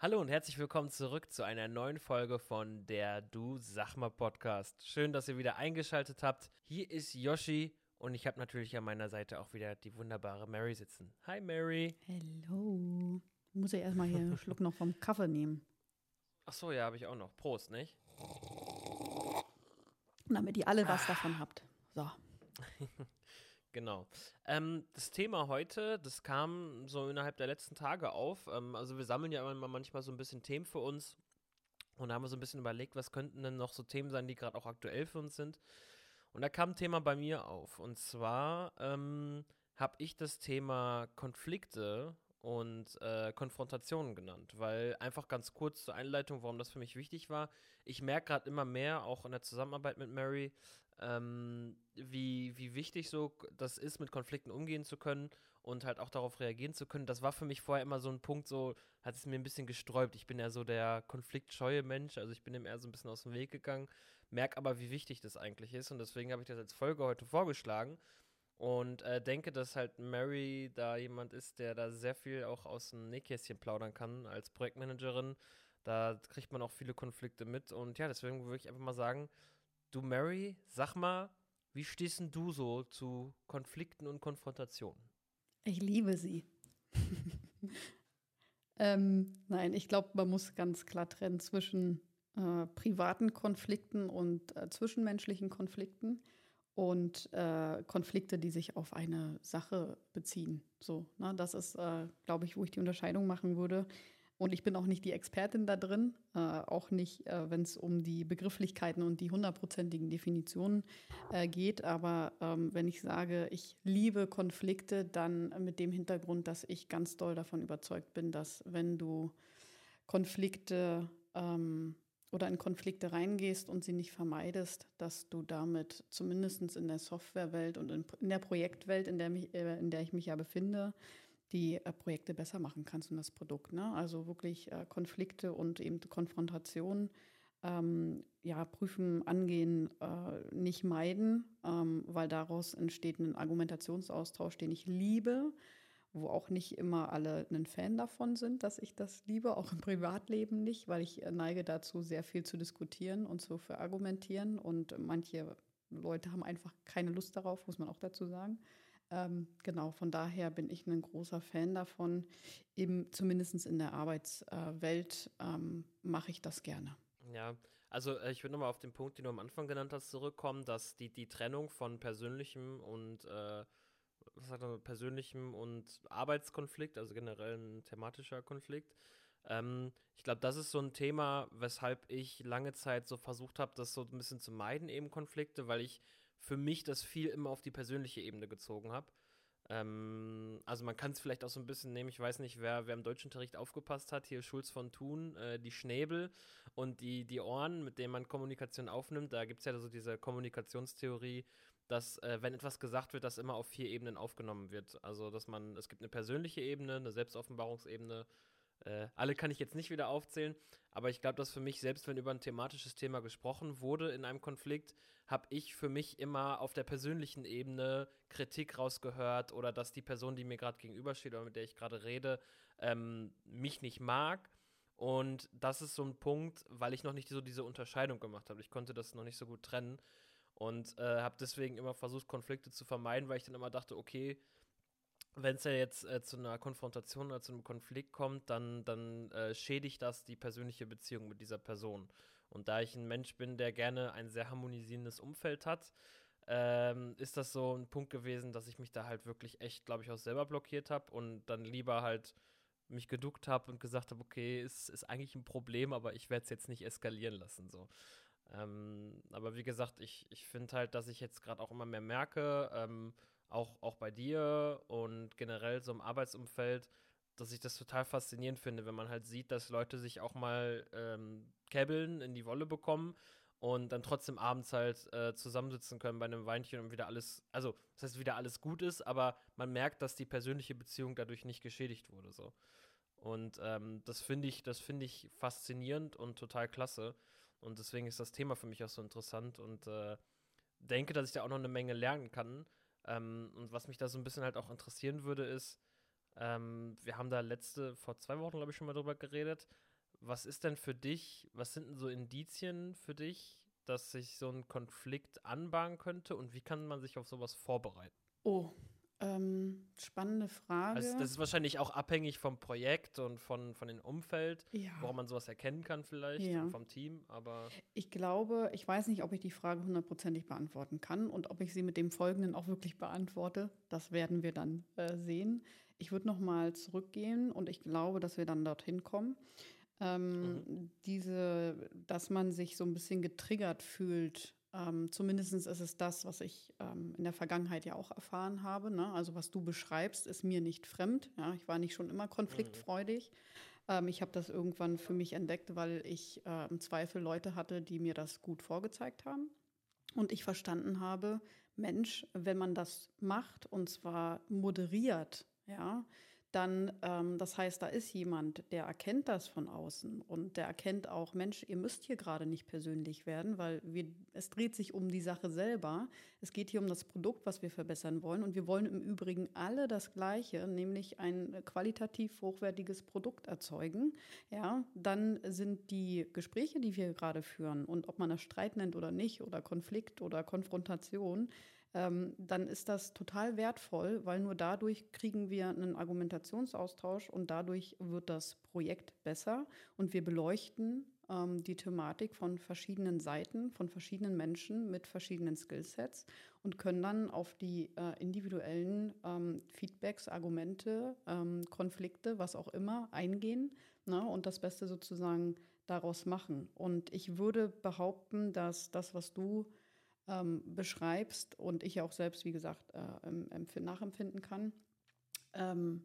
Hallo und herzlich willkommen zurück zu einer neuen Folge von der Du Sag mal Podcast. Schön, dass ihr wieder eingeschaltet habt. Hier ist Yoshi und ich habe natürlich an meiner Seite auch wieder die wunderbare Mary sitzen. Hi Mary. Hello. Muss ich erstmal hier einen Schluck noch vom Kaffee nehmen, Ach so, ja, habe ich auch noch. Prost, nicht? damit ihr alle was davon habt. So. Genau. Das Thema heute, das kam so innerhalb der letzten Tage auf. Also wir sammeln ja immer manchmal so ein bisschen Themen für uns und haben wir so ein bisschen überlegt, was könnten denn noch so Themen sein, die gerade auch aktuell für uns sind. Und da kam ein Thema bei mir auf. Und zwar habe ich das Thema Konflikte und Konfrontationen genannt, weil einfach ganz kurz zur Einleitung, warum das für mich wichtig war. Ich merke gerade immer mehr, auch in der Zusammenarbeit mit Mary, wie wichtig so das ist, mit Konflikten umgehen zu können und halt auch darauf reagieren zu können. Das war für mich vorher immer so ein Punkt, so hat es mir ein bisschen gesträubt. Ich bin ja so der konfliktscheue Mensch, also ich bin dem eher so ein bisschen aus dem Weg gegangen, merke aber, wie wichtig das eigentlich ist und deswegen habe ich das als Folge heute vorgeschlagen und denke, dass halt Mary da jemand ist, der da sehr viel auch aus dem Nähkästchen plaudern kann als Projektmanagerin. Da kriegt man auch viele Konflikte mit und ja, deswegen würde ich einfach mal sagen, du Mary, sag mal, wie stehst denn du so zu Konflikten und Konfrontationen? Ich liebe sie. Nein, ich glaube, man muss ganz klar trennen zwischen privaten Konflikten und zwischenmenschlichen Konflikten und Konflikte, die sich auf eine Sache beziehen. So, ne? Das ist, glaube ich, wo ich die Unterscheidung machen würde. Und ich bin auch nicht die Expertin da drin, auch nicht, wenn es um die Begrifflichkeiten und die hundertprozentigen Definitionen geht. Aber wenn ich sage, ich liebe Konflikte, dann mit dem Hintergrund, dass ich ganz doll davon überzeugt bin, dass wenn du Konflikte oder in Konflikte reingehst und sie nicht vermeidest, dass du damit zumindest in der Softwarewelt und in der Projektwelt, in der ich mich ja befinde, die Projekte besser machen kannst und das Produkt. Ne? Also wirklich Konflikte und eben Konfrontation ja, prüfen, angehen, nicht meiden, weil daraus entsteht ein Argumentationsaustausch, den ich liebe, wo auch nicht immer alle ein Fan davon sind, dass ich das liebe, auch im Privatleben nicht, weil ich neige dazu, sehr viel zu diskutieren und zu verargumentieren. Und manche Leute haben einfach keine Lust darauf, muss man auch dazu sagen. Genau, von daher bin ich ein großer Fan davon. Eben zumindest in der Arbeitswelt mache ich das gerne. Ja, also ich würde nochmal auf den Punkt, den du am Anfang genannt hast, zurückkommen, dass die Trennung von persönlichem und was sagt man, persönlichem und Arbeitskonflikt, also generell ein thematischer Konflikt. Ich glaube, das ist so ein Thema, weshalb ich lange Zeit so versucht habe, das so ein bisschen zu meiden, eben Konflikte, weil ich für mich das viel immer auf die persönliche Ebene gezogen habe. Also man kann es vielleicht auch so ein bisschen nehmen, ich weiß nicht, wer im Deutschunterricht aufgepasst hat, hier Schulz von Thun, die Schnäbel und die Ohren, mit denen man Kommunikation aufnimmt. Da gibt es ja so diese Kommunikationstheorie, dass, wenn etwas gesagt wird, das immer auf 4 Ebenen aufgenommen wird. Also, es gibt eine persönliche Ebene, eine Selbstoffenbarungsebene, alle kann ich jetzt nicht wieder aufzählen, aber ich glaube, dass für mich, selbst wenn über ein thematisches Thema gesprochen wurde in einem Konflikt, habe ich für mich immer auf der persönlichen Ebene Kritik rausgehört oder dass die Person, die mir gerade gegenübersteht oder mit der ich gerade rede, mich nicht mag. Und das ist so ein Punkt, weil ich noch nicht so diese Unterscheidung gemacht habe. Ich konnte das noch nicht so gut trennen und habe deswegen immer versucht, Konflikte zu vermeiden, weil ich dann immer dachte, okay, wenn es ja jetzt zu einer Konfrontation oder zu einem Konflikt kommt, dann schädigt das die persönliche Beziehung mit dieser Person. Und da ich ein Mensch bin, der gerne ein sehr harmonisierendes Umfeld hat, ist das so ein Punkt gewesen, dass ich mich da halt wirklich echt, glaube ich, auch selber blockiert habe und dann lieber halt mich geduckt habe und gesagt habe, okay, es ist eigentlich ein Problem, aber ich werde es jetzt nicht eskalieren lassen. So. Aber wie gesagt, ich finde halt, dass ich jetzt gerade auch immer mehr merke, auch bei dir und generell so im Arbeitsumfeld, dass ich das total faszinierend finde, wenn man halt sieht, dass Leute sich auch mal käbbeln, in die Wolle bekommen und dann trotzdem abends halt zusammensitzen können bei einem Weinchen und wieder alles, also das heißt wieder alles gut ist, aber man merkt, dass die persönliche Beziehung dadurch nicht geschädigt wurde. So. Und das finde ich faszinierend und total klasse. Und deswegen ist das Thema für mich auch so interessant und denke, dass ich da auch noch eine Menge lernen kann. Und was mich da so ein bisschen halt auch interessieren würde, ist, Wir haben da vor 2 Wochen, glaube ich, schon mal drüber geredet. Was ist denn für dich, was sind denn so Indizien für dich, dass sich so ein Konflikt anbahnen könnte und wie kann man sich auf sowas vorbereiten? Oh, spannende Also Frage. das ist wahrscheinlich auch abhängig vom Projekt und von dem Umfeld, Ja, woran man sowas erkennen kann vielleicht und ja. vom Team, aber Ich glaube, ich weiß nicht, ob ich die Frage hundertprozentig beantworten kann und ob ich sie mit dem Folgenden auch wirklich beantworte. Das werden wir dann sehen. Ich würde noch mal zurückgehen und ich glaube, dass wir dann dorthin kommen. mhm, Dass man sich so ein bisschen getriggert fühlt. Zumindest ist es das, was ich in der Vergangenheit ja auch erfahren habe. Ne? Also was du beschreibst, ist mir nicht fremd. Ja? Ich war nicht schon immer mhm, konfliktfreudig. Ich habe das irgendwann für mich entdeckt, weil ich im Zweifel Leute hatte, die mir das gut vorgezeigt haben. Und ich verstanden habe, Mensch, wenn man das macht und zwar moderiert, ja, dann, das heißt, da ist jemand, der erkennt das von außen und der erkennt auch, Mensch, ihr müsst hier gerade nicht persönlich werden, weil es dreht sich um die Sache selber. Es geht hier um das Produkt, was wir verbessern wollen und wir wollen im Übrigen alle das Gleiche, nämlich ein qualitativ hochwertiges Produkt erzeugen. Ja, dann sind die Gespräche, die wir gerade führen und ob man das Streit nennt oder nicht oder Konflikt oder Konfrontation, dann ist das total wertvoll, weil nur dadurch kriegen wir einen Argumentationsaustausch und dadurch wird das Projekt besser und wir beleuchten die Thematik von verschiedenen Seiten, von verschiedenen Menschen mit verschiedenen Skillsets und können dann auf die individuellen Feedbacks, Argumente, Konflikte, was auch immer, eingehen, ne, und das Beste sozusagen daraus machen. Und ich würde behaupten, dass das, was du beschreibst und ich ja auch selbst, wie gesagt, nachempfinden kann, ähm,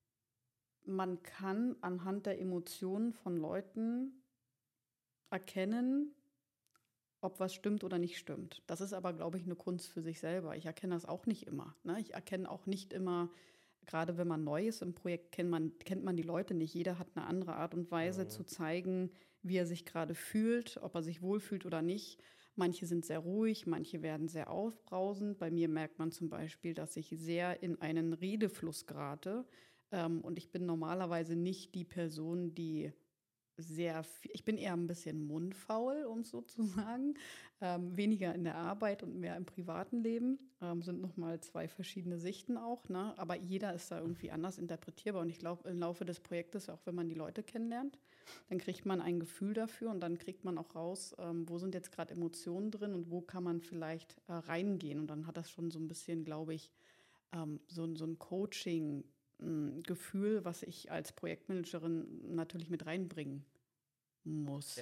man kann anhand der Emotionen von Leuten erkennen, ob was stimmt oder nicht stimmt. Das ist aber, glaube ich, eine Kunst für sich selber. Ich erkenne das auch nicht immer. Ne? Ich erkenne auch nicht immer, gerade wenn man neu ist im Projekt, kennt man die Leute nicht. Jeder hat eine andere Art und Weise mhm. zu zeigen, wie er sich gerade fühlt, ob er sich wohlfühlt oder nicht. Manche sind sehr ruhig, manche werden sehr aufbrausend. Bei mir merkt man zum Beispiel, dass ich sehr in einen Redefluss gerate. Und ich bin normalerweise nicht die Person, die ich bin eher ein bisschen mundfaul, um es so zu sagen. Weniger in der Arbeit und mehr im privaten Leben. Sind nochmal zwei verschiedene Sichten auch, ne? Aber jeder ist da irgendwie anders interpretierbar. Und ich glaube, im Laufe des Projektes, auch wenn man die Leute kennenlernt, dann kriegt man ein Gefühl dafür und dann kriegt man auch raus, wo sind jetzt gerade Emotionen drin und wo kann man vielleicht reingehen. Und dann hat das schon so ein bisschen, glaube ich, so ein Coaching Gefühl, was ich als Projektmanagerin natürlich mit reinbringen Ja, muss.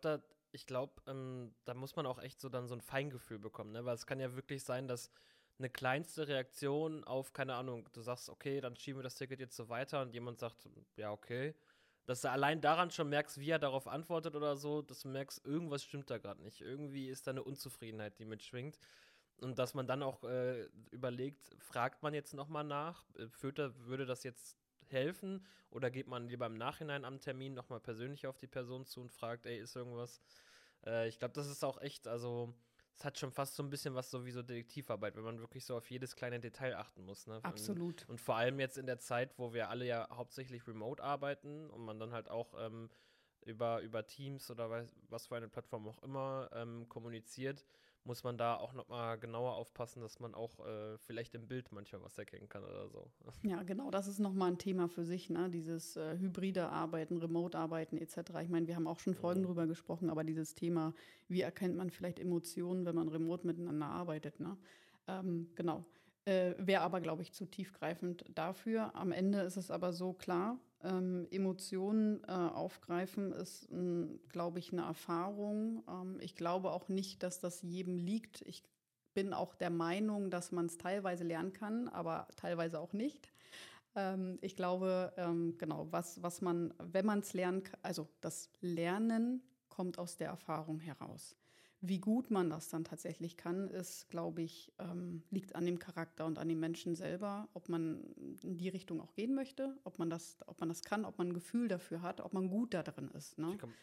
da muss man auch echt so dann so ein Feingefühl bekommen, ne? Weil es kann ja wirklich sein, dass eine kleinste Reaktion auf, keine Ahnung, du sagst, okay, dann schieben wir das Ticket jetzt so weiter und jemand sagt, ja, okay, dass du allein daran schon merkst, wie er darauf antwortet oder so, dass du merkst, irgendwas stimmt da gerade nicht. Irgendwie ist da eine Unzufriedenheit, die mitschwingt. Und dass man dann auch überlegt, fragt man jetzt nochmal nach, würde das jetzt helfen oder geht man lieber im Nachhinein am Termin nochmal persönlich auf die Person zu und fragt, ey, ist irgendwas? Ich glaube, das ist auch echt, also es hat schon fast so ein bisschen was so wie so Detektivarbeit, wenn man wirklich so auf jedes kleine Detail achten muss. Ne? Absolut. Und vor allem jetzt in der Zeit, wo wir alle ja hauptsächlich remote arbeiten und man dann halt auch über Teams oder was für eine Plattform auch immer kommuniziert, muss man da auch nochmal genauer aufpassen, dass man auch vielleicht im Bild manchmal was erkennen kann oder so. Ja, genau, das ist nochmal ein Thema für sich, ne? Dieses hybride Arbeiten, Remote-Arbeiten etc. Ich meine, wir haben auch schon Folgen Mhm. drüber gesprochen, aber dieses Thema, wie erkennt man vielleicht Emotionen, wenn man remote miteinander arbeitet, ne? Genau. Wäre aber, glaube ich, zu tiefgreifend dafür. Am Ende ist es aber so klar, Emotionen aufgreifen ist, glaube ich, eine Erfahrung. Ich glaube auch nicht, dass das jedem liegt. Ich bin auch der Meinung, dass man es teilweise lernen kann, aber teilweise auch nicht. Ich glaube, genau, was man, wenn man es lernen kann, also das Lernen kommt aus der Erfahrung heraus. Wie gut man das dann tatsächlich kann, ist, glaube ich, liegt an dem Charakter und an dem Menschen selber, ob man in die Richtung auch gehen möchte, ob man das kann, ob man ein Gefühl dafür hat, ob man gut da drin ist. Ich Ne? komm,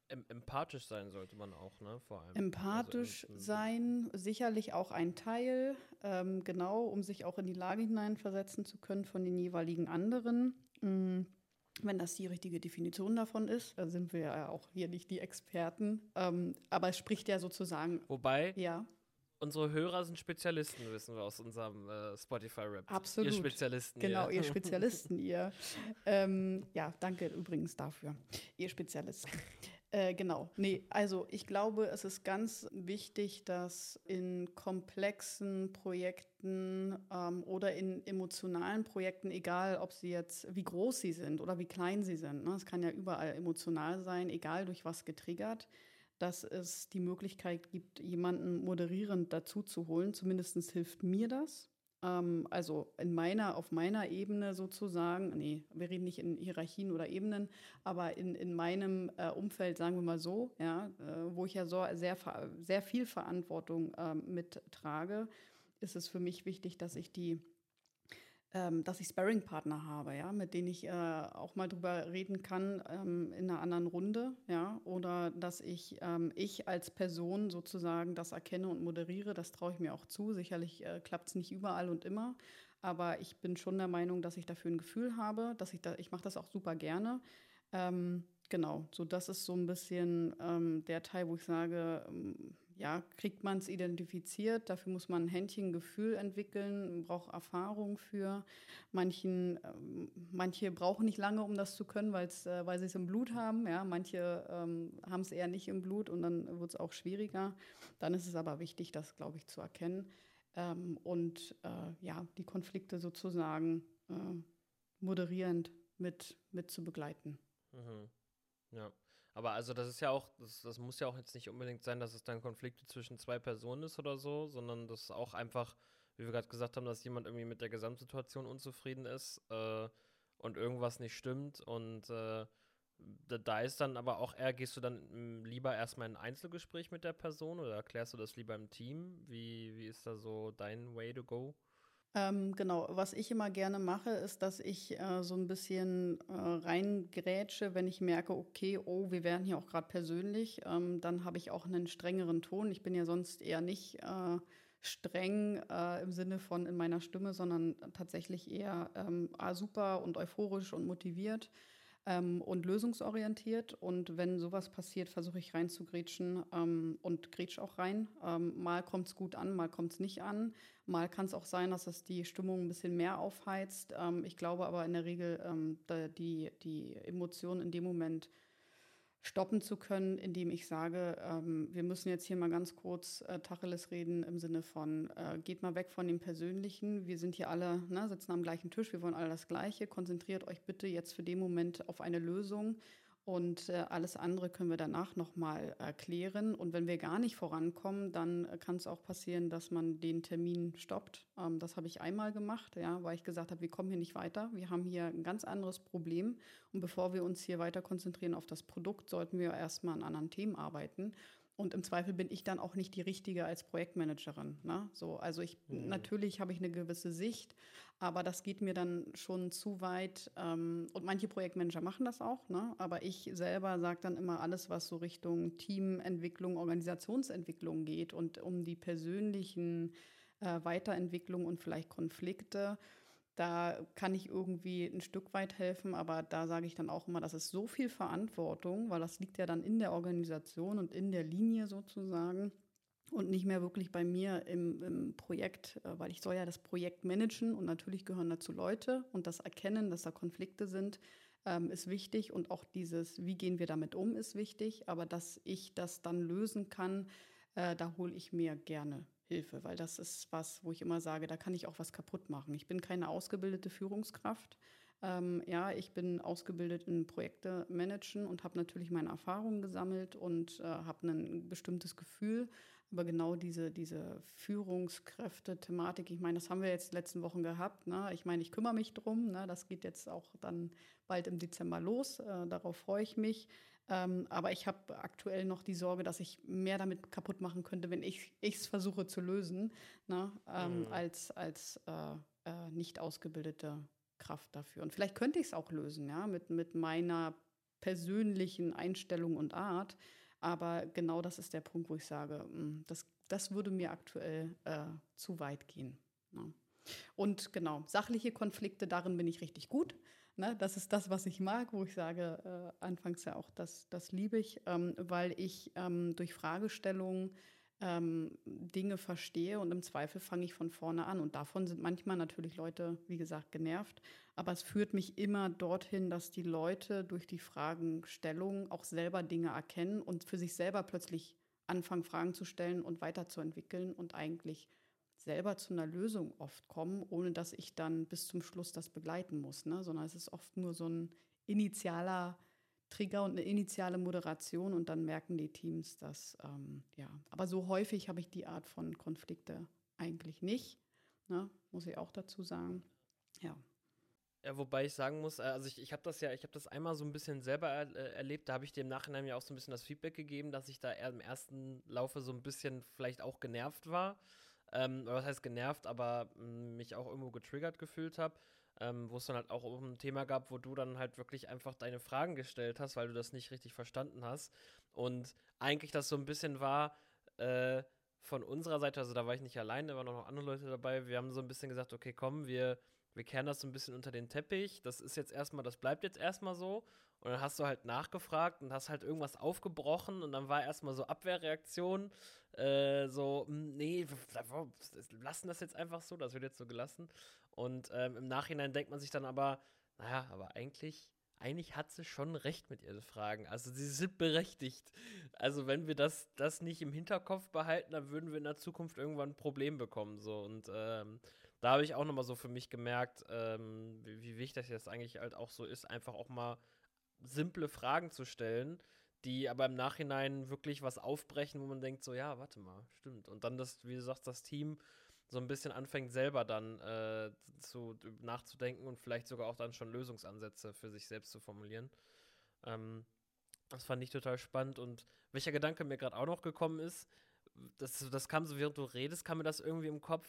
empathisch sein sollte man auch, ne, vor allem. Empathisch sein, sicherlich auch ein Teil, genau, um sich auch in die Lage hineinversetzen zu können von den jeweiligen anderen. Wenn das die richtige Definition davon ist, da sind wir ja auch hier nicht die Experten. Aber es spricht ja sozusagen. Wobei, ja. Unsere Hörer sind Spezialisten, wissen wir aus unserem Spotify-Rap. Absolut. Ihr Spezialisten. Genau, ihr Spezialisten, ihr. Ja, danke übrigens dafür, ihr Spezialisten. Genau. Nee, also ich glaube, es ist ganz wichtig, dass in komplexen Projekten oder in emotionalen Projekten, egal ob sie jetzt, wie groß sie sind oder wie klein sie sind, ne, es kann ja überall emotional sein, egal durch was getriggert, dass es die Möglichkeit gibt, jemanden moderierend dazu zu holen. Zumindest hilft mir das. Also auf meiner Ebene sozusagen, nee, wir reden nicht in Hierarchien oder Ebenen, aber in meinem Umfeld, sagen wir mal so, ja, wo ich ja so sehr viel Verantwortung mittrage, ist es für mich wichtig, dass ich Sparringpartner habe, ja, mit denen ich auch mal drüber reden kann in einer anderen Runde, ja, oder dass ich als Person sozusagen das erkenne und moderiere, das traue ich mir auch zu. Sicherlich klappt es nicht überall und immer, aber ich bin schon der Meinung, dass ich dafür ein Gefühl habe, ich mache das auch super gerne. Genau, so das ist so ein bisschen der Teil, wo ich sage, ja, kriegt man es identifiziert, dafür muss man ein Händchen Gefühl entwickeln, braucht Erfahrung für. Manche brauchen nicht lange, um das zu können, weil sie es im Blut haben. Ja, manche haben es eher nicht im Blut und dann wird es auch schwieriger. Dann ist es aber wichtig, das, glaube ich, zu erkennen ja, die Konflikte sozusagen moderierend mit zu begleiten. Mhm. Ja. Aber also das ist ja auch, das muss ja auch jetzt nicht unbedingt sein, dass es dann Konflikte zwischen zwei Personen ist oder so, sondern das ist auch einfach, wie wir gerade gesagt haben, dass jemand irgendwie mit der Gesamtsituation unzufrieden ist und irgendwas nicht stimmt und da ist dann aber auch eher, gehst du dann lieber erstmal in ein Einzelgespräch mit der Person oder erklärst du das lieber im Team? Wie ist da so dein Way to go? Genau, was ich immer gerne mache, ist, dass ich so ein bisschen reingrätsche, wenn ich merke, okay, oh, wir werden hier auch gerade persönlich, dann habe ich auch einen strengeren Ton. Ich bin ja sonst eher nicht streng im Sinne von in meiner Stimme, sondern tatsächlich eher super und euphorisch und motiviert und lösungsorientiert. Und wenn sowas passiert, versuche ich reinzugrätschen und grätsch auch rein. Mal kommt es gut an, mal kommt es nicht an. Mal kann es auch sein, dass es die Stimmung ein bisschen mehr aufheizt. Ich glaube aber in der Regel, die Emotionen in dem Moment stoppen zu können, indem ich sage, wir müssen jetzt hier mal ganz kurz Tacheles reden im Sinne von, geht mal weg von dem Persönlichen. Wir sind hier alle, ne, sitzen am gleichen Tisch, wir wollen alle das Gleiche. Konzentriert euch bitte jetzt für den Moment auf eine Lösung. Und alles andere können wir danach nochmal klären. Und wenn wir gar nicht vorankommen, dann kann es auch passieren, dass man den Termin stoppt. Das habe ich einmal gemacht, ja, weil ich gesagt habe, wir kommen hier nicht weiter. Wir haben hier ein ganz anderes Problem. Und bevor wir uns hier weiter konzentrieren auf das Produkt, sollten wir erstmal an anderen Themen arbeiten. Und im Zweifel bin ich dann auch nicht die Richtige als Projektmanagerin. Ne? So, also natürlich habe ich eine gewisse Sicht, aber das geht mir dann schon zu weit. Und manche Projektmanager machen das auch, ne? Aber ich selber sage dann immer alles, was so Richtung Teamentwicklung, Organisationsentwicklung geht und um die persönlichen Weiterentwicklung und vielleicht Konflikte. Da kann ich irgendwie ein Stück weit helfen, aber da sage ich dann auch immer, das ist so viel Verantwortung, weil das liegt ja dann in der Organisation und in der Linie sozusagen und nicht mehr wirklich bei mir im Projekt, weil ich soll ja das Projekt managen und natürlich gehören dazu Leute und das Erkennen, dass da Konflikte sind, ist wichtig und auch dieses, wie gehen wir damit um, ist wichtig, aber dass ich das dann lösen kann, da hole ich mir gerne Hilfe, weil das ist was, wo ich immer sage, da kann ich auch was kaputt machen. Ich bin keine ausgebildete Führungskraft. Ja, ich bin ausgebildet in Projekte managen und habe natürlich meine Erfahrungen gesammelt und habe ein bestimmtes Gefühl. Aber genau diese Führungskräfte-Thematik, ich meine, das haben wir jetzt die letzten Wochen gehabt. Ne? Ich meine, ich kümmere mich drum. Ne? Das geht jetzt auch dann bald im Dezember los. Darauf freue ich mich. Aber ich habe aktuell noch die Sorge, dass ich mehr damit kaputt machen könnte, wenn ich es versuche zu lösen, ne? Als nicht ausgebildete Kraft dafür. Und vielleicht könnte ich es auch lösen, ja, mit meiner persönlichen Einstellung und Art. Aber genau das ist der Punkt, wo ich sage, das würde mir aktuell zu weit gehen. Ne? Und genau, sachliche Konflikte, darin bin ich richtig gut. Ne? Das ist das, was ich mag, wo ich sage, anfangs ja auch, das liebe ich, weil ich durch Fragestellungen Dinge verstehe und im Zweifel fange ich von vorne an. Und davon sind manchmal natürlich Leute, wie gesagt, genervt. Aber es führt mich immer dorthin, dass die Leute durch die Fragestellung auch selber Dinge erkennen und für sich selber plötzlich anfangen, Fragen zu stellen und weiterzuentwickeln und eigentlich selber zu einer Lösung oft kommen, ohne dass ich dann bis zum Schluss das begleiten muss, ne? Sondern es ist oft nur so ein initialer Trigger und eine initiale Moderation und dann merken die Teams, dass, ja, aber so häufig habe ich die Art von Konflikte eigentlich nicht, ne? Muss ich auch dazu sagen. Ja. Ja, wobei ich sagen muss, also ich habe ich habe das einmal so ein bisschen selber erlebt, da habe ich dir im Nachhinein ja auch so ein bisschen das Feedback gegeben, dass ich da eher im ersten Laufe so ein bisschen vielleicht auch genervt war. Oder was heißt genervt, aber mich auch irgendwo getriggert gefühlt habe, wo es dann halt auch um ein Thema gab, wo du dann halt wirklich einfach deine Fragen gestellt hast, weil du das nicht richtig verstanden hast. Und eigentlich das so ein bisschen war, äh, von unserer Seite, also da war ich nicht allein, da waren auch noch andere Leute dabei, wir haben so ein bisschen gesagt, okay, komm, wir kehren das so ein bisschen unter den Teppich. Das ist jetzt erstmal, das bleibt jetzt erstmal so. Und dann hast du halt nachgefragt und hast halt irgendwas aufgebrochen und dann war erstmal so Abwehrreaktion. Nee, wir lassen das jetzt einfach so, das wird jetzt so gelassen. Und im Nachhinein denkt man sich dann aber, naja, aber eigentlich hat sie schon recht mit ihren Fragen. Also sie sind berechtigt. Also wenn wir das nicht im Hinterkopf behalten, dann würden wir in der Zukunft irgendwann ein Problem bekommen. So. Und da habe ich auch nochmal so für mich gemerkt, wie wichtig das eigentlich halt auch so ist, einfach auch mal simple Fragen zu stellen, die aber im Nachhinein wirklich was aufbrechen, wo man denkt, so, ja, warte mal, stimmt. Und dann das, wie du sagst, das Team so ein bisschen anfängt selber dann nachzudenken und vielleicht sogar auch dann schon Lösungsansätze für sich selbst zu formulieren. Ähm, Das fand ich total spannend. Und welcher Gedanke mir gerade auch noch gekommen ist, das kam so, während du redest, kam mir das irgendwie im Kopf,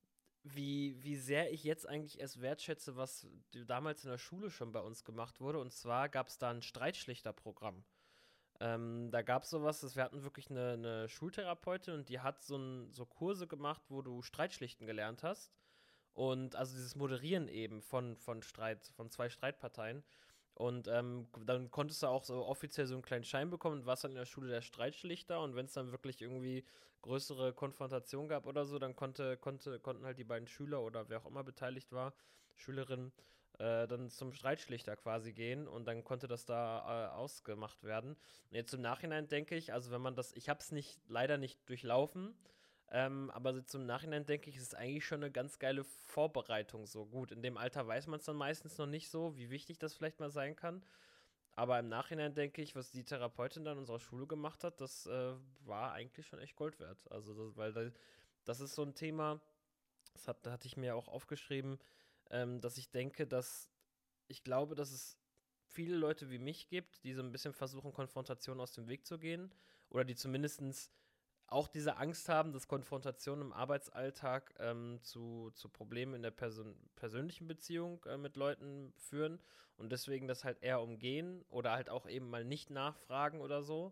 wie sehr ich jetzt eigentlich erst wertschätze, was damals in der Schule schon bei uns gemacht wurde. Und zwar gab es da ein Streitschlichterprogramm. Da gab es sowas, wir hatten wirklich eine Schultherapeutin und die hat so Kurse gemacht, wo du Streitschlichten gelernt hast. Und also dieses Moderieren eben von zwei Streitparteien. Und dann konntest du auch so offiziell so einen kleinen Schein bekommen und warst dann in der Schule der Streitschlichter. Und wenn es dann wirklich irgendwie größere Konfrontation gab oder so, dann konnten halt die beiden Schüler oder wer auch immer beteiligt war, Schülerinnen, dann zum Streitschlichter quasi gehen und dann konnte das da ausgemacht werden. Und jetzt im Nachhinein denke ich, also wenn man das, ich habe es leider nicht durchlaufen, aber so zum Nachhinein denke ich, es ist eigentlich schon eine ganz geile Vorbereitung so. Gut, in dem Alter weiß man es dann meistens noch nicht so, wie wichtig das vielleicht mal sein kann. Aber im Nachhinein denke ich, was die Therapeutin dann in unserer Schule gemacht hat, das war eigentlich schon echt Gold wert. Also, das ist so ein Thema, da hatte ich mir auch aufgeschrieben, dass ich denke, dass ich glaube, dass es viele Leute wie mich gibt, die so ein bisschen versuchen, Konfrontation aus dem Weg zu gehen oder die zumindest auch diese Angst haben, dass Konfrontationen im Arbeitsalltag zu Problemen in der persönlichen Beziehung mit Leuten führen und deswegen das halt eher umgehen oder halt auch eben mal nicht nachfragen oder so.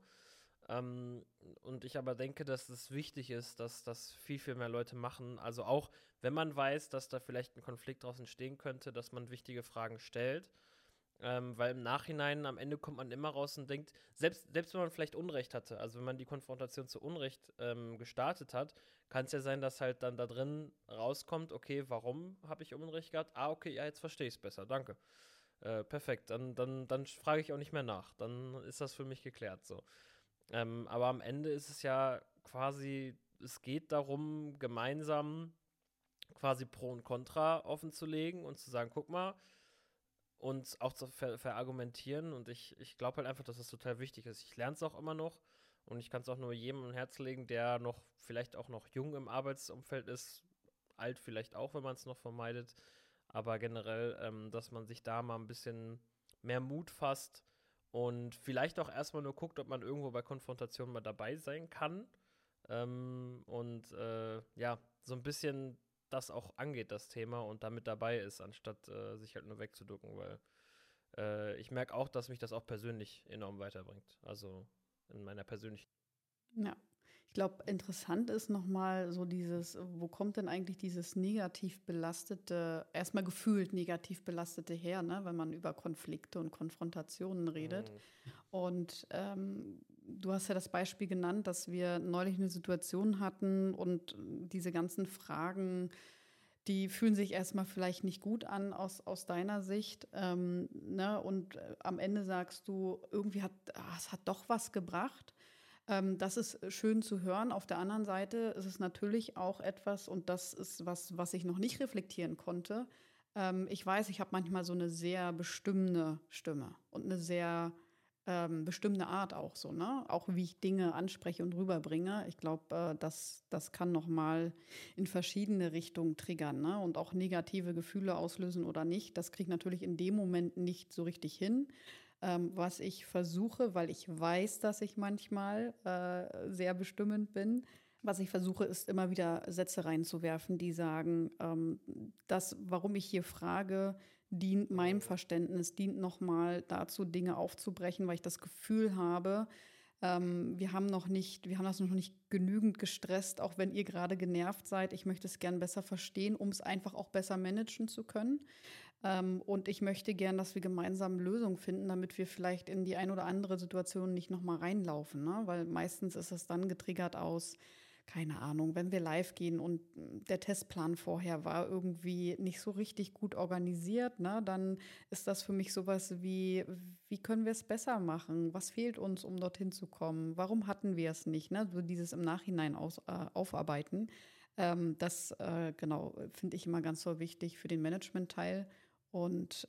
Und ich aber denke, dass es wichtig ist, dass das viel, viel mehr Leute machen. Also auch, wenn man weiß, dass da vielleicht ein Konflikt daraus entstehen könnte, dass man wichtige Fragen stellt. Weil im Nachhinein am Ende kommt man immer raus und denkt, selbst wenn man vielleicht Unrecht hatte, also wenn man die Konfrontation zu Unrecht gestartet hat, kann es ja sein, dass halt dann da drin rauskommt, okay, warum habe ich Unrecht gehabt? Ah, okay, ja, jetzt verstehe ich es besser, danke. Perfekt, dann frage ich auch nicht mehr nach. Dann ist das für mich geklärt so. Aber am Ende ist es ja quasi, es geht darum, gemeinsam quasi Pro und Contra offen zu legen und zu sagen, guck mal, und auch zu verargumentieren. Und ich glaube halt einfach, dass das total wichtig ist. Ich lerne es auch immer noch und ich kann es auch nur jedem am Herzen legen, der noch vielleicht auch noch jung im Arbeitsumfeld ist, alt vielleicht auch, wenn man es noch vermeidet, aber generell, dass man sich da mal ein bisschen mehr Mut fasst und vielleicht auch erstmal nur guckt, ob man irgendwo bei Konfrontation mal dabei sein kann. Ja, so ein bisschen das auch angeht, das Thema, und damit dabei ist, anstatt sich halt nur wegzuducken, weil ich merke auch, dass mich das auch persönlich enorm weiterbringt. Also in meiner persönlichen. Ja. Ich glaube, interessant ist nochmal so dieses, wo kommt denn eigentlich dieses negativ belastete, erstmal gefühlt negativ belastete her, ne, wenn man über Konflikte und Konfrontationen redet. Und du hast ja das Beispiel genannt, dass wir neulich eine Situation hatten und diese ganzen Fragen, die fühlen sich erstmal vielleicht nicht gut an aus deiner Sicht. Ne? Und am Ende sagst du, irgendwie es hat doch was gebracht. Das ist schön zu hören. Auf der anderen Seite ist es natürlich auch etwas, und das ist was ich noch nicht reflektieren konnte. Ich weiß, ich habe manchmal so eine sehr bestimmende Stimme und eine sehr bestimmte Art auch so, ne? Auch wie ich Dinge anspreche und rüberbringe. Ich glaube, das kann noch mal in verschiedene Richtungen triggern, ne? Und auch negative Gefühle auslösen oder nicht. Das kriege ich natürlich in dem Moment nicht so richtig hin. Was ich versuche, weil ich weiß, dass ich manchmal sehr bestimmend bin, was ich versuche, ist immer wieder Sätze reinzuwerfen, die sagen, warum ich hier frage, dient meinem Verständnis, dient nochmal dazu, Dinge aufzubrechen, weil ich das Gefühl habe, wir haben das noch nicht genügend gestresst, auch wenn ihr gerade genervt seid. Ich möchte es gern besser verstehen, um es einfach auch besser managen zu können. Und ich möchte gern, dass wir gemeinsam Lösungen finden, damit wir vielleicht in die ein oder andere Situation nicht nochmal reinlaufen, ne? Weil meistens ist es dann getriggert aus, keine Ahnung, wenn wir live gehen und der Testplan vorher war irgendwie nicht so richtig gut organisiert, ne, dann ist das für mich sowas wie können wir es besser machen? Was fehlt uns, um dorthin zu kommen? Warum hatten wir es nicht? Ne? So dieses im Nachhinein aufarbeiten. Genau, finde ich immer ganz so wichtig für den Management-Teil. Und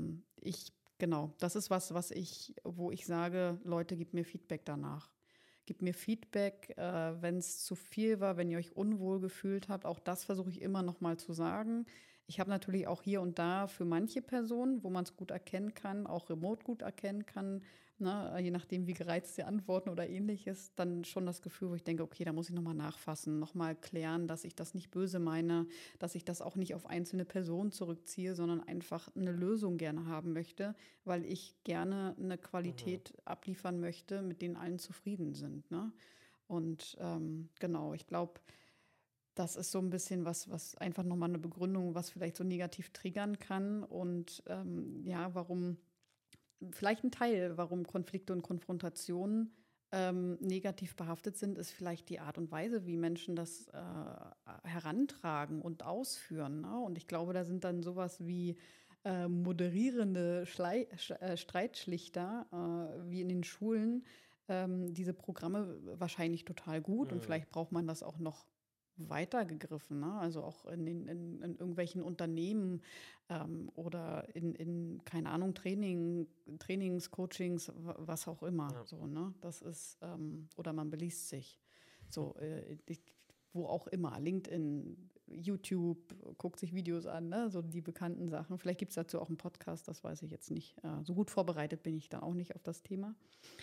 genau, das ist wo ich sage, Leute, gebt mir Feedback danach. Gebt mir Feedback, wenn es zu viel war, wenn ihr euch unwohl gefühlt habt. Auch das versuche ich immer noch mal zu sagen. Ich habe natürlich auch hier und da für manche Personen, wo man es gut erkennen kann, auch remote gut erkennen kann, ne, je nachdem, wie gereizt sie antworten oder ähnliches, dann schon das Gefühl, wo ich denke, okay, da muss ich noch mal nachfassen, noch mal klären, dass ich das nicht böse meine, dass ich das auch nicht auf einzelne Personen zurückziehe, sondern einfach eine Lösung gerne haben möchte, weil ich gerne eine Qualität abliefern möchte, mit denen allen zufrieden sind. Ne? Und genau, ich glaube, das ist so ein bisschen was einfach nochmal eine Begründung, was vielleicht so negativ triggern kann. Und ja, vielleicht ein Teil, warum Konflikte und Konfrontationen negativ behaftet sind, ist vielleicht die Art und Weise, wie Menschen das herantragen und ausführen. Ne? Und ich glaube, da sind dann sowas wie moderierende Streitschlichter wie in den Schulen diese Programme wahrscheinlich total gut und vielleicht braucht man das auch noch weitergegriffen, ne? Also auch in irgendwelchen Unternehmen oder keine Ahnung, Trainings, Coachings, was auch immer. Ja. So, ne? Das ist, oder man beliest sich. So, wo auch immer, LinkedIn, YouTube, guckt sich Videos an, ne? So die bekannten Sachen. Vielleicht gibt es dazu auch einen Podcast, das weiß ich jetzt nicht. So gut vorbereitet bin ich da auch nicht auf das Thema.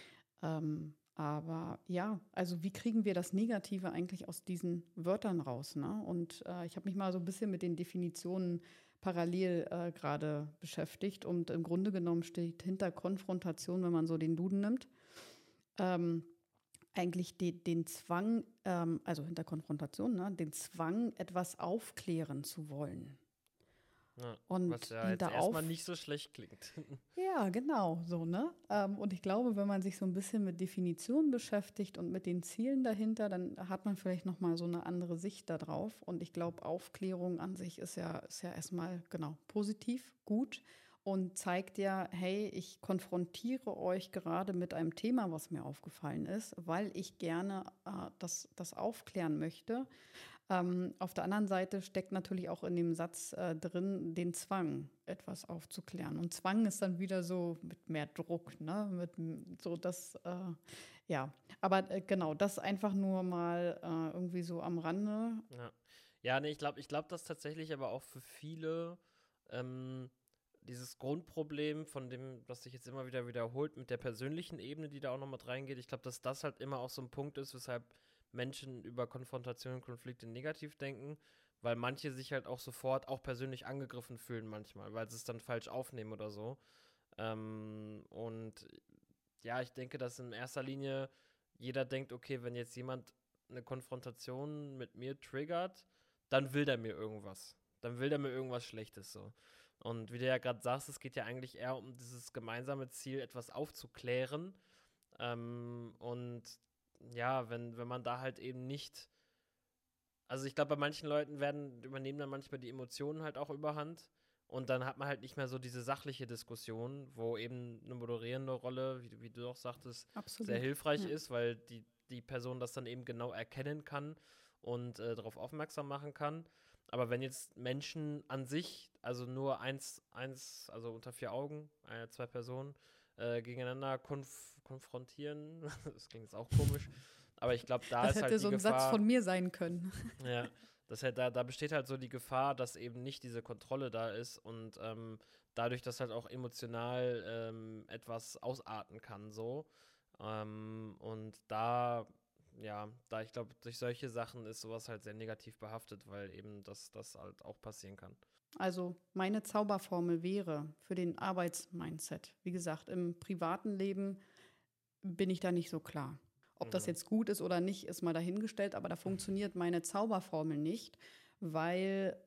Aber ja, also wie kriegen wir das Negative eigentlich aus diesen Wörtern raus? Ne? Und ich habe mich mal so ein bisschen mit den Definitionen parallel gerade beschäftigt. Und im Grunde genommen steht hinter Konfrontation, wenn man so den Duden nimmt, eigentlich den Zwang, also hinter Konfrontation, ne, den Zwang, etwas aufklären zu wollen. Ja, Und was ja jetzt erstmal nicht so schlecht klingt. Ja, genau, so, ne? Und ich glaube, wenn man sich so ein bisschen mit Definitionen beschäftigt und mit den Zielen dahinter, dann hat man vielleicht noch mal so eine andere Sicht da drauf. Und ich glaube, Aufklärung an sich ist ja erstmal, genau, positiv, gut und zeigt ja, hey, ich konfrontiere euch gerade mit einem Thema, was mir aufgefallen ist, weil ich gerne das aufklären möchte. Auf der anderen Seite steckt natürlich auch in dem Satz drin, den Zwang, etwas aufzuklären. Und Zwang ist dann wieder so mit mehr Druck, ne? So das, ja. Aber genau, das einfach nur mal irgendwie so am Rande. Ja, ja, nee, ich glaube, dass tatsächlich aber auch für viele dieses Grundproblem, von dem, was sich jetzt immer wieder wiederholt, mit der persönlichen Ebene, die da auch noch mit reingeht, ich glaube, dass das halt immer auch so ein Punkt ist, weshalb Menschen über Konfrontation und Konflikte negativ denken, weil manche sich halt auch sofort auch persönlich angegriffen fühlen manchmal, weil sie es dann falsch aufnehmen oder so. Und ja, ich denke, dass in erster Linie jeder denkt, okay, wenn jetzt jemand eine Konfrontation mit mir triggert, dann will der mir irgendwas. Dann will der mir irgendwas Schlechtes so. Und wie du ja gerade sagst, es geht ja eigentlich eher um dieses gemeinsame Ziel, etwas aufzuklären. Und ja, wenn man da halt eben nicht, also ich glaube, bei manchen Leuten übernehmen dann manchmal die Emotionen halt auch überhand. Und dann hat man halt nicht mehr so diese sachliche Diskussion, wo eben eine moderierende Rolle, wie du auch sagtest, Absolut. sehr hilfreich Ja. ist, weil die Person das dann eben genau erkennen kann und darauf aufmerksam machen kann. Aber wenn jetzt Menschen an sich, also nur also unter vier Augen, zwei Personen, gegeneinander konfrontieren, das klingt jetzt auch komisch, aber ich glaube, da Das ist halt hätte die so ein Satz Gefahr, von mir sein können. ja, da besteht halt so die Gefahr, dass eben nicht diese Kontrolle da ist und dadurch, dass halt auch emotional etwas ausarten kann, so. Und da ich glaube, durch solche Sachen ist sowas halt sehr negativ behaftet, weil eben das halt auch passieren kann. Also meine Zauberformel wäre für den Arbeitsmindset. Wie gesagt, im privaten Leben bin ich da nicht so klar. Ob das jetzt gut ist oder nicht, ist mal dahingestellt, aber da funktioniert meine Zauberformel nicht, weil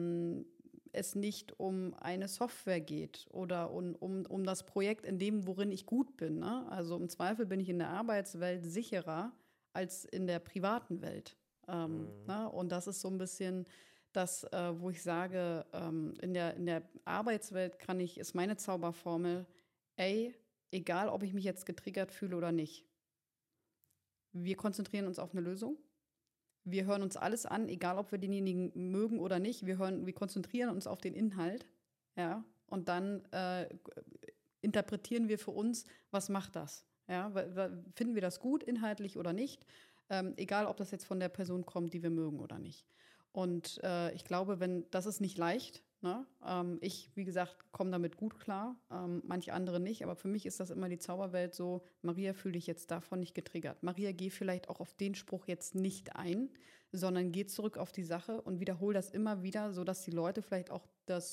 es nicht um eine Software geht oder um das Projekt in dem, worin ich gut bin. Ne? Also im Zweifel bin ich in der Arbeitswelt sicherer als in der privaten Welt. Ne? Und das ist so ein bisschen das, wo ich sage, in der Arbeitswelt ist meine Zauberformel, egal ob ich mich jetzt getriggert fühle oder nicht. Wir konzentrieren uns auf eine Lösung. Wir hören uns alles an, egal ob wir denjenigen mögen oder nicht. Wir konzentrieren uns auf den Inhalt, ja, und dann interpretieren wir für uns, was macht das? Ja, finden wir das gut, inhaltlich oder nicht? Egal, ob das jetzt von der Person kommt, die wir mögen oder nicht. Und ich glaube, das ist nicht leicht. Ne? Ich, wie gesagt, komme damit gut klar, manche andere nicht. Aber für mich ist das immer die Zauberwelt so, Maria, fühl dich jetzt davon nicht getriggert. Maria, geh vielleicht auch auf den Spruch jetzt nicht ein, sondern geh zurück auf die Sache und wiederhol das immer wieder, sodass die Leute vielleicht auch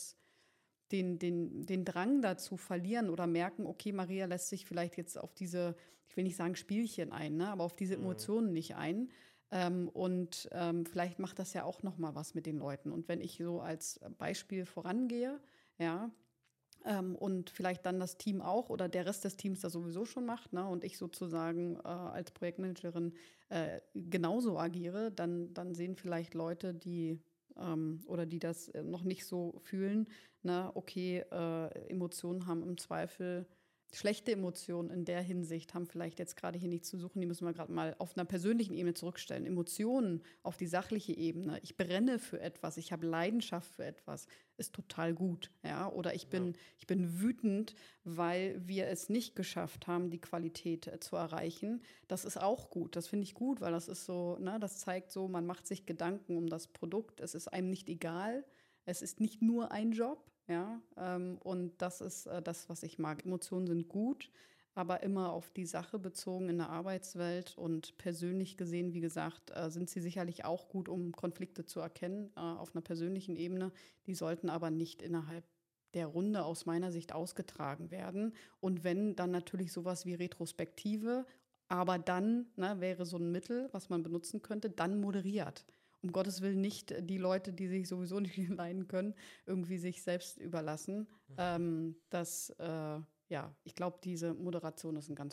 den Drang dazu verlieren oder merken, okay, Maria lässt sich vielleicht jetzt auf diese, ich will nicht sagen Spielchen ein, ne, aber auf diese Emotionen nicht ein. Vielleicht macht das ja auch noch mal was mit den Leuten. Und wenn ich so als Beispiel vorangehe, ja, und vielleicht dann das Team auch oder der Rest des Teams das sowieso schon macht, ne, und ich sozusagen als Projektmanagerin genauso agiere, dann sehen vielleicht Leute, die das noch nicht so fühlen, na, okay, Emotionen haben im Zweifel, schlechte Emotionen in der Hinsicht haben vielleicht jetzt gerade hier nichts zu suchen, die müssen wir gerade mal auf einer persönlichen Ebene zurückstellen. Emotionen auf die sachliche Ebene, ich brenne für etwas, ich habe Leidenschaft für etwas, ist total gut, ja, oder ich bin wütend, weil wir es nicht geschafft haben, die Qualität zu erreichen. Das ist auch gut, das finde ich gut, weil das ist so, ne, das zeigt so, man macht sich Gedanken um das Produkt, es ist einem nicht egal, es ist nicht nur ein Job, ja, und das ist das, was ich mag. Emotionen sind gut, aber immer auf die Sache bezogen in der Arbeitswelt und persönlich gesehen, wie gesagt, sind sie sicherlich auch gut, um Konflikte zu erkennen, auf einer persönlichen Ebene. Die sollten aber nicht innerhalb der Runde aus meiner Sicht ausgetragen werden. Und wenn, dann natürlich sowas wie Retrospektive, aber dann, ne, wäre so ein Mittel, was man benutzen könnte, dann moderiert. Um Gottes Willen nicht die Leute, die sich sowieso nicht leiden können, irgendwie sich selbst überlassen. Ich glaube, diese Moderation ist eine ganz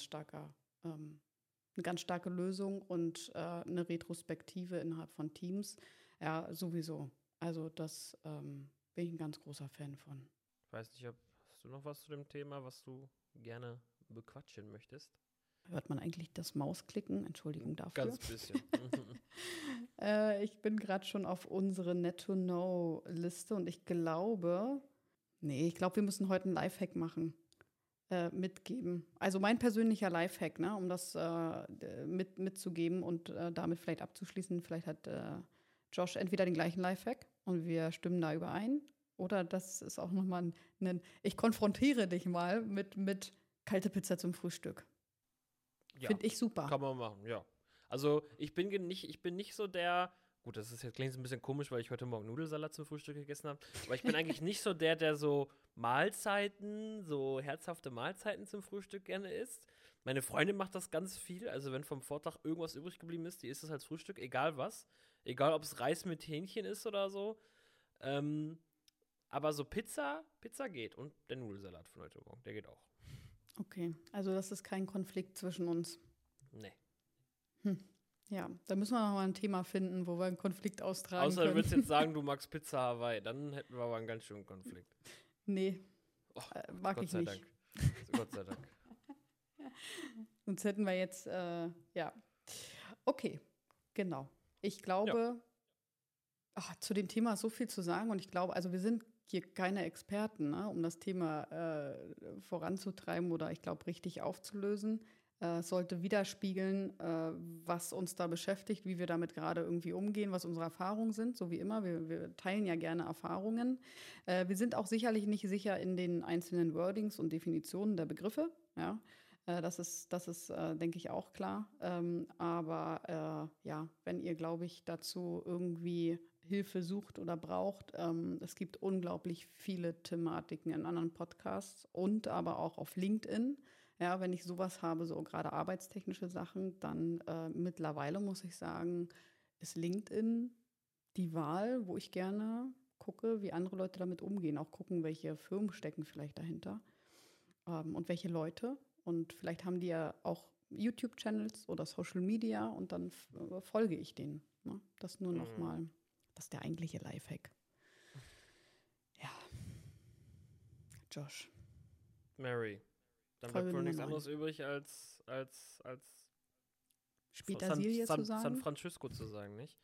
starke Lösung und eine Retrospektive innerhalb von Teams. Ja, sowieso. Also das bin ich ein ganz großer Fan von. Ich weiß nicht, hast du noch was zu dem Thema, was du gerne bequatschen möchtest? Hört man eigentlich das Mausklicken? Entschuldigung dafür. Ganz bisschen. Ich bin gerade schon auf unsere Net-to-Know-Liste und ich glaube, wir müssen heute einen Lifehack machen, mitgeben. Also mein persönlicher Lifehack, ne, um das mitzugeben und damit vielleicht abzuschließen. Vielleicht hat Josh entweder den gleichen Lifehack und wir stimmen da überein. Oder das ist auch nochmal ich konfrontiere dich mal mit kalte Pizza zum Frühstück. Ja, finde ich super. Kann man machen, ja. Also ich bin nicht so der gut, das ist jetzt klingt ein bisschen komisch, weil ich heute Morgen Nudelsalat zum Frühstück gegessen habe. Aber ich bin eigentlich nicht so der so Mahlzeiten, so herzhafte Mahlzeiten zum Frühstück gerne isst. Meine Freundin macht das ganz viel. Also wenn vom Vortag irgendwas übrig geblieben ist, die isst es als Frühstück, egal was. Egal, ob es Reis mit Hähnchen ist oder so. Aber so Pizza geht. Und der Nudelsalat von heute Morgen, der geht auch. Okay, also das ist kein Konflikt zwischen uns. Nee. Ja, da müssen wir noch mal ein Thema finden, wo wir einen Konflikt austragen Außer können. du würdest jetzt sagen, du magst Pizza Hawaii, dann hätten wir aber einen ganz schönen Konflikt. Nee, mag Gott ich sei nicht. Dank. Gott sei Dank. Sonst hätten wir jetzt, ja. Okay, genau. Ich glaube, zu dem Thema ist so viel zu sagen und ich glaube, also wir sind hier keine Experten, ne, um das Thema voranzutreiben oder ich glaube richtig aufzulösen. Es sollte widerspiegeln, was uns da beschäftigt, wie wir damit gerade irgendwie umgehen, was unsere Erfahrungen sind, so wie immer. Wir teilen ja gerne Erfahrungen. Wir sind auch sicherlich nicht sicher in den einzelnen Wordings und Definitionen der Begriffe. Ja, das ist denke ich, auch klar. Aber wenn ihr, glaube ich, dazu irgendwie Hilfe sucht oder braucht, es gibt unglaublich viele Thematiken in anderen Podcasts und aber auch auf LinkedIn. Ja, wenn ich sowas habe, so gerade arbeitstechnische Sachen, dann mittlerweile muss ich sagen, ist LinkedIn die Wahl, wo ich gerne gucke, wie andere Leute damit umgehen. Auch gucken, welche Firmen stecken vielleicht dahinter und welche Leute. Und vielleicht haben die ja auch YouTube-Channels oder Social Media und dann folge ich denen. Ne? Das nur nochmal, das ist der eigentliche Lifehack. Ja. Josh. Mary. Dann Folge bleibt wohl nichts Nummer anderes übrig, als Petersilie zu sagen. San Francisco zu sagen, nicht?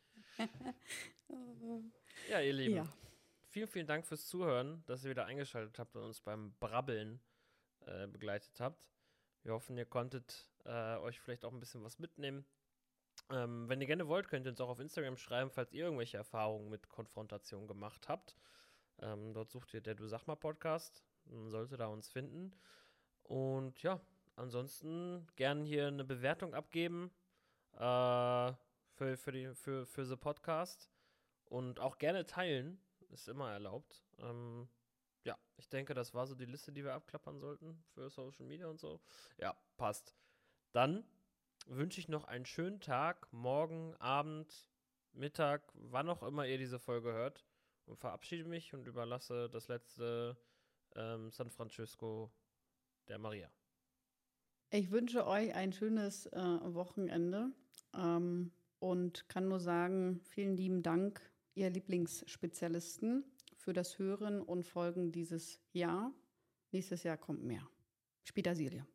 Ja, ihr Lieben. Ja. Vielen, vielen Dank fürs Zuhören, dass ihr wieder eingeschaltet habt und uns beim Brabbeln begleitet habt. Wir hoffen, ihr konntet euch vielleicht auch ein bisschen was mitnehmen. Wenn ihr gerne wollt, könnt ihr uns auch auf Instagram schreiben, falls ihr irgendwelche Erfahrungen mit Konfrontation gemacht habt. Dort sucht ihr der Du Sag mal Podcast. Dann solltet ihr uns finden. Und ja, ansonsten gerne hier eine Bewertung abgeben für the Podcast. Und auch gerne teilen. Ist immer erlaubt. Ja, ich denke, das war so die Liste, die wir abklappern sollten für Social Media und so. Ja, passt. Dann wünsche ich noch einen schönen Tag, morgen, Abend, Mittag, wann auch immer ihr diese Folge hört. Und verabschiede mich und überlasse das letzte San Francisco der Maria. Ich wünsche euch ein schönes Wochenende und kann nur sagen, vielen lieben Dank, ihr Lieblingsspezialisten, für das Hören und Folgen dieses Jahr. Nächstes Jahr kommt mehr. Petersilie.